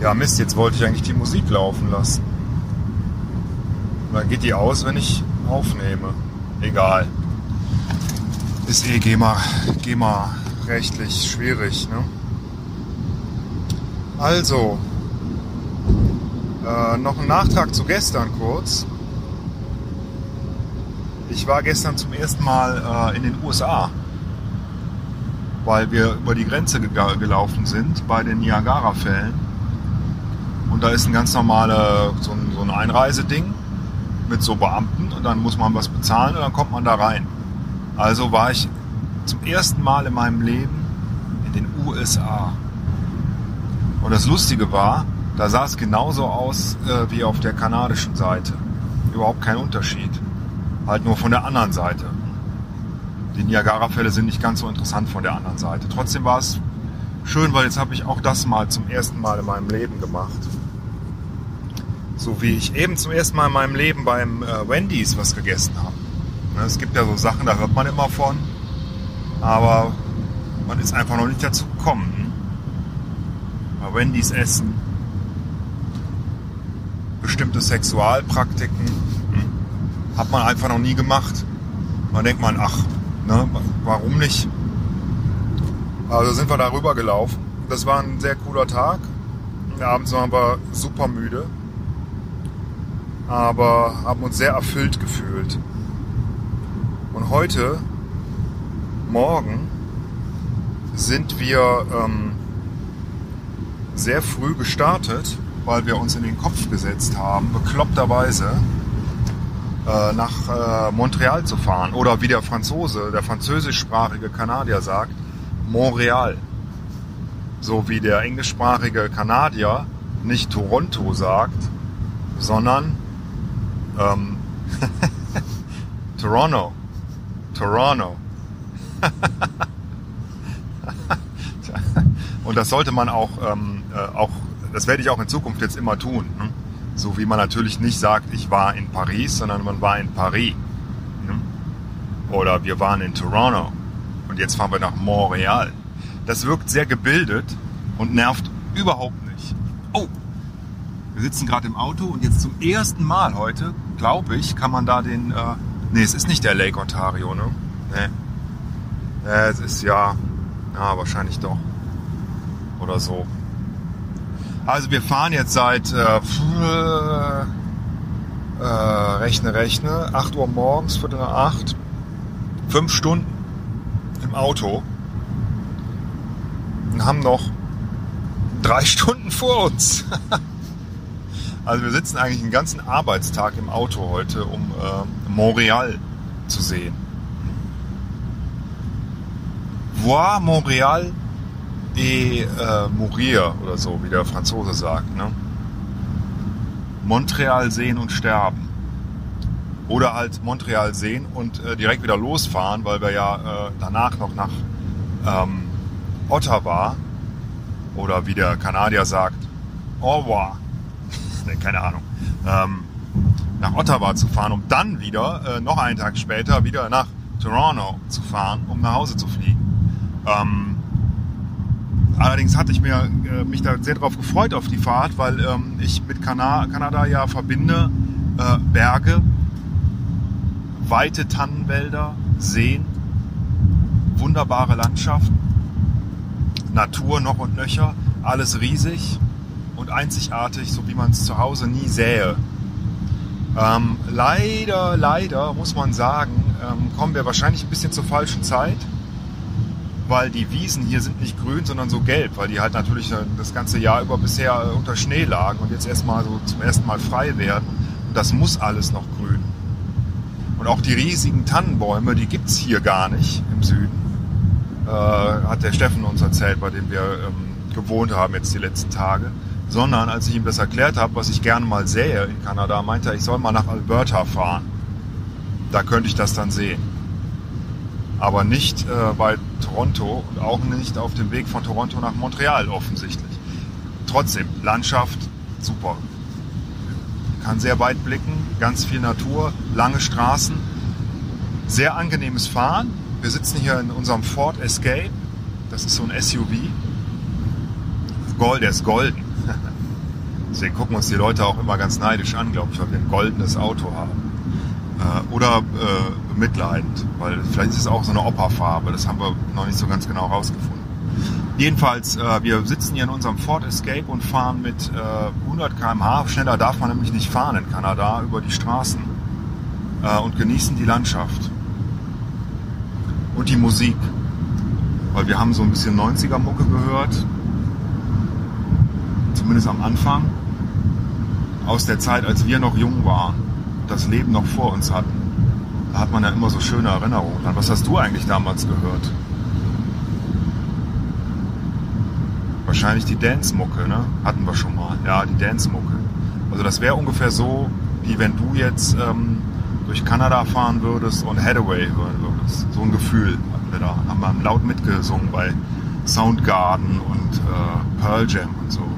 Ja Mist, jetzt wollte ich eigentlich die Musik laufen lassen. Und dann geht die aus, wenn ich aufnehme. Egal. Ist GEMA rechtlich schwierig, ne? Also, noch ein Nachtrag zu gestern kurz. Ich war gestern zum ersten Mal in den USA, weil wir über die Grenze gelaufen sind bei den Niagara-Fällen. Und da ist ein ganz normales, so ein Einreiseding mit so Beamten und dann muss man was bezahlen und dann kommt man da rein. Also war ich zum ersten Mal in meinem Leben in den USA. Und das Lustige war, da sah es genauso aus wie auf der kanadischen Seite. Überhaupt kein Unterschied. Halt nur von der anderen Seite. Die Niagara-Fälle sind nicht ganz so interessant von der anderen Seite. Trotzdem war es schön, weil jetzt habe ich auch das mal zum ersten Mal in meinem Leben gemacht. So wie ich eben zum ersten Mal in meinem Leben beim Wendy's was gegessen habe. Es gibt ja so Sachen, da hört man immer von. Aber man ist einfach noch nicht dazu gekommen. Bei Wendy's essen. Bestimmte Sexualpraktiken hat man einfach noch nie gemacht. Man denkt man, ach, ne, warum nicht? Also sind wir da rüber gelaufen. Das war ein sehr cooler Tag. Abends waren wir super müde. Aber haben uns sehr erfüllt gefühlt. Und heute, morgen, sind wir sehr früh gestartet, weil wir uns in den Kopf gesetzt haben, bekloppterweise nach Montreal zu fahren. Oder wie der französischsprachige Kanadier sagt, Montreal. So wie der englischsprachige Kanadier nicht Toronto sagt, sondern Toronto. Und das sollte man auch, das werde ich auch in Zukunft jetzt immer tun. Ne? So wie man natürlich nicht sagt, ich war in Paris, sondern man war in Paris. Ne? Oder wir waren in Toronto und jetzt fahren wir nach Montreal. Das wirkt sehr gebildet und nervt überhaupt nicht. Oh, wir sitzen gerade im Auto und jetzt zum ersten Mal heute, glaube ich, kann man da den... nee, es ist nicht der Lake Ontario, ne? Nee. Es ist ja, wahrscheinlich doch. Oder so. Also wir fahren jetzt seit rechne 8 Uhr morgens, 7:45, 5 Stunden im Auto und haben noch 3 Stunden vor uns. Also wir sitzen eigentlich den ganzen Arbeitstag im Auto heute, um Montreal zu sehen. Voir Montréal et mourir oder so, wie der Franzose sagt. Ne? Montreal sehen und sterben. Oder halt Montreal sehen und direkt wieder losfahren, weil wir ja danach noch nach Ottawa oder wie der Kanadier sagt, au revoir. Keine Ahnung. Nach Ottawa zu fahren, um dann wieder, noch einen Tag später, wieder nach Toronto zu fahren, um nach Hause zu fliegen. Allerdings hatte ich mich da sehr drauf gefreut auf die Fahrt, weil ich mit Kanada ja verbinde Berge, weite Tannenwälder, Seen, wunderbare Landschaften, Natur noch und nöcher, alles riesig und einzigartig, so wie man es zu Hause nie sähe. Leider muss man sagen, kommen wir wahrscheinlich ein bisschen zur falschen Zeit, weil die Wiesen hier sind nicht grün, sondern so gelb, weil die halt natürlich das ganze Jahr über bisher unter Schnee lagen und jetzt erstmal so zum ersten Mal frei werden. Und das muss alles noch grün. Und auch die riesigen Tannenbäume, die gibt's hier gar nicht im Süden. Hat der Steffen uns erzählt, bei dem wir gewohnt haben jetzt die letzten Tage. Sondern als ich ihm das erklärt habe, was ich gerne mal sähe in Kanada, meinte er, ich soll mal nach Alberta fahren. Da könnte ich das dann sehen. Aber nicht bei Toronto und auch nicht auf dem Weg von Toronto nach Montreal offensichtlich. Trotzdem, Landschaft, super. Kann sehr weit blicken, ganz viel Natur, lange Straßen, sehr angenehmes Fahren. Wir sitzen hier in unserem Ford Escape, das ist so ein SUV. Der ist golden. Deswegen gucken uns die Leute auch immer ganz neidisch an, glaube ich, weil wir ein goldenes Auto haben. Oder bemitleidend, weil vielleicht ist es auch so eine Operfarbe, das haben wir noch nicht so ganz genau rausgefunden. Jedenfalls, wir sitzen hier in unserem Ford Escape und fahren mit 100 km/h, schneller darf man nämlich nicht fahren in Kanada, über die Straßen und genießen die Landschaft und die Musik, weil wir haben so ein bisschen 90er-Mucke gehört, zumindest am Anfang, aus der Zeit, als wir noch jung waren, das Leben noch vor uns hatten. Da hat man ja immer so schöne Erinnerungen an. Was hast du eigentlich damals gehört? Wahrscheinlich die Dance-Mucke, ne? Hatten wir schon mal. Ja, die Dance-Mucke. Also das wäre ungefähr so, wie wenn du jetzt durch Kanada fahren würdest und Hathaway hören würdest. So ein Gefühl hatten wir da. Haben wir laut mitgesungen bei Soundgarden und Pearl Jam und so.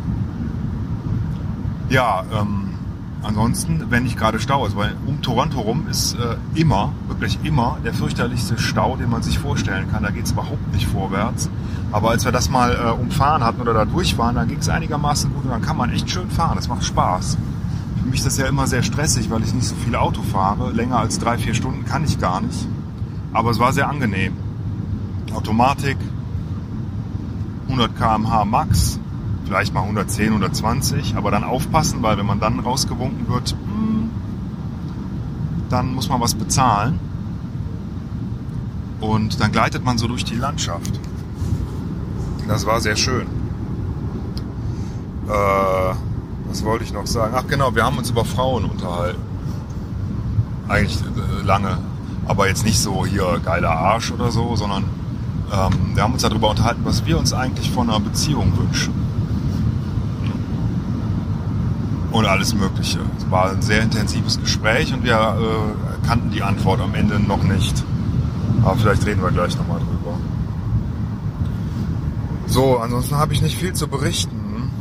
Ja, ansonsten, wenn nicht gerade Stau ist, weil um Toronto rum ist immer, wirklich immer, der fürchterlichste Stau, den man sich vorstellen kann. Da geht es überhaupt nicht vorwärts. Aber als wir das mal umfahren hatten oder da durchfahren, dann ging es einigermaßen gut und dann kann man echt schön fahren. Das macht Spaß. Für mich ist das ja immer sehr stressig, weil ich nicht so viel Auto fahre. Länger als 3-4 Stunden kann ich gar nicht. Aber es war sehr angenehm. Automatik, 100 km/h Max. Vielleicht mal 110, 120, aber dann aufpassen, weil wenn man dann rausgewunken wird, dann muss man was bezahlen und dann gleitet man so durch die Landschaft. Das war sehr schön. Was wollte ich noch sagen? Ach genau, wir haben uns über Frauen unterhalten. Eigentlich lange, aber jetzt nicht so hier geiler Arsch oder so, sondern wir haben uns darüber unterhalten, was wir uns eigentlich von einer Beziehung wünschen. Und alles Mögliche. Es war ein sehr intensives Gespräch und wir kannten die Antwort am Ende noch nicht. Aber vielleicht reden wir gleich nochmal drüber. So, ansonsten habe ich nicht viel zu berichten.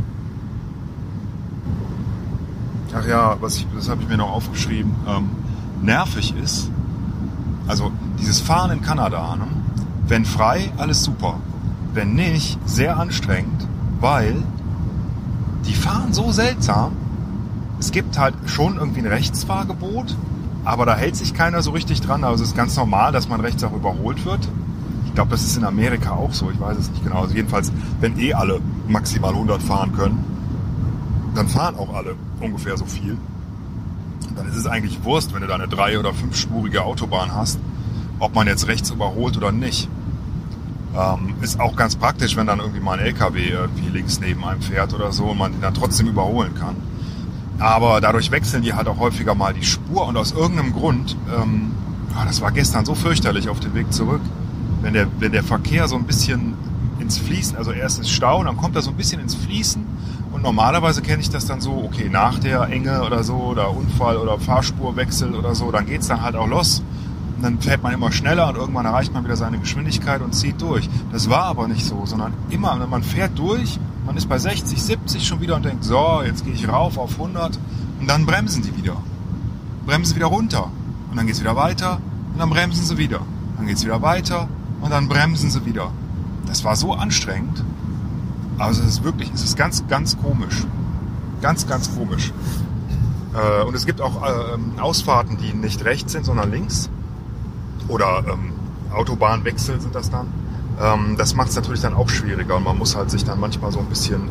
Ach ja, das habe ich mir noch aufgeschrieben. Nervig ist, also dieses Fahren in Kanada, ne? Wenn frei, alles super. Wenn nicht, sehr anstrengend, weil die fahren so seltsam. Es gibt halt schon irgendwie ein Rechtsfahrgebot, aber da hält sich keiner so richtig dran. Also es ist ganz normal, dass man rechts auch überholt wird. Ich glaube, das ist in Amerika auch so. Ich weiß es nicht genau. Also jedenfalls, wenn alle maximal 100 fahren können, dann fahren auch alle ungefähr so viel. Dann ist es eigentlich Wurst, wenn du da eine 3- oder 5-spurige Autobahn hast, ob man jetzt rechts überholt oder nicht. Ist auch ganz praktisch, wenn dann irgendwie mal ein LKW irgendwie links neben einem fährt oder so und man ihn dann trotzdem überholen kann. Aber dadurch wechseln die halt auch häufiger mal die Spur und aus irgendeinem Grund, das war gestern so fürchterlich auf dem Weg zurück, wenn der Verkehr so ein bisschen ins Fließen, also erst ist Stau, dann kommt er so ein bisschen ins Fließen und normalerweise kenne ich das dann so, okay, nach der Enge oder so oder Unfall oder Fahrspurwechsel oder so, dann geht's dann halt auch los. Dann fährt man immer schneller und irgendwann erreicht man wieder seine Geschwindigkeit und zieht durch. Das war aber nicht so, sondern immer, man fährt durch, man ist bei 60, 70 schon wieder und denkt, so, jetzt gehe ich rauf auf 100 und dann bremsen die wieder. Bremsen wieder runter und dann geht es wieder weiter und dann bremsen sie wieder. Dann geht es wieder weiter und dann bremsen sie wieder. Das war so anstrengend. Also es ist ganz, ganz komisch. Ganz, ganz komisch. Und es gibt auch Ausfahrten, die nicht rechts sind, sondern links. Oder Autobahnwechsel sind das dann. Das macht es natürlich dann auch schwieriger und man muss halt sich dann manchmal so ein bisschen,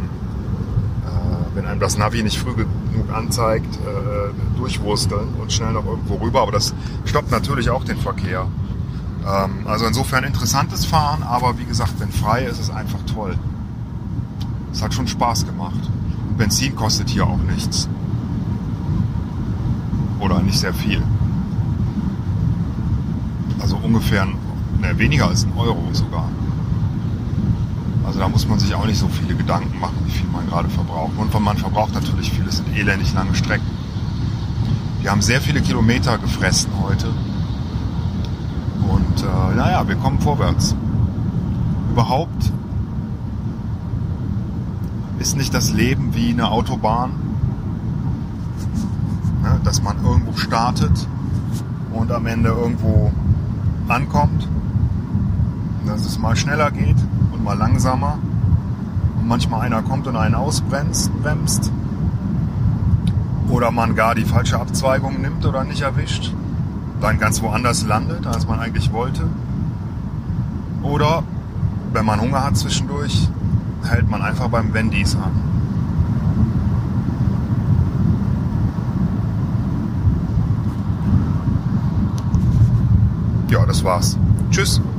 wenn einem das Navi nicht früh genug anzeigt, durchwursteln und schnell noch irgendwo rüber. Aber das stoppt natürlich auch den Verkehr. Also insofern interessantes Fahren, aber wie gesagt, wenn frei ist, ist es einfach toll. Es hat schon Spaß gemacht. Benzin kostet hier auch nichts. Oder nicht sehr viel. Also ungefähr weniger als €1 sogar. Also da muss man sich auch nicht so viele Gedanken machen, wie viel man gerade verbraucht. Und man verbraucht natürlich viel, es sind elendig lange Strecken. Wir haben sehr viele Kilometer gefressen heute. Und wir kommen vorwärts. Überhaupt ist nicht das Leben wie eine Autobahn, ne, dass man irgendwo startet und am Ende irgendwo ankommt, dass es mal schneller geht und mal langsamer und manchmal einer kommt und einen ausbremst. Oder man gar die falsche Abzweigung nimmt oder nicht erwischt. Dann ganz woanders landet, als man eigentlich wollte. Oder, wenn man Hunger hat zwischendurch, hält man einfach beim Wendy's an. Ja, das war's. Tschüss.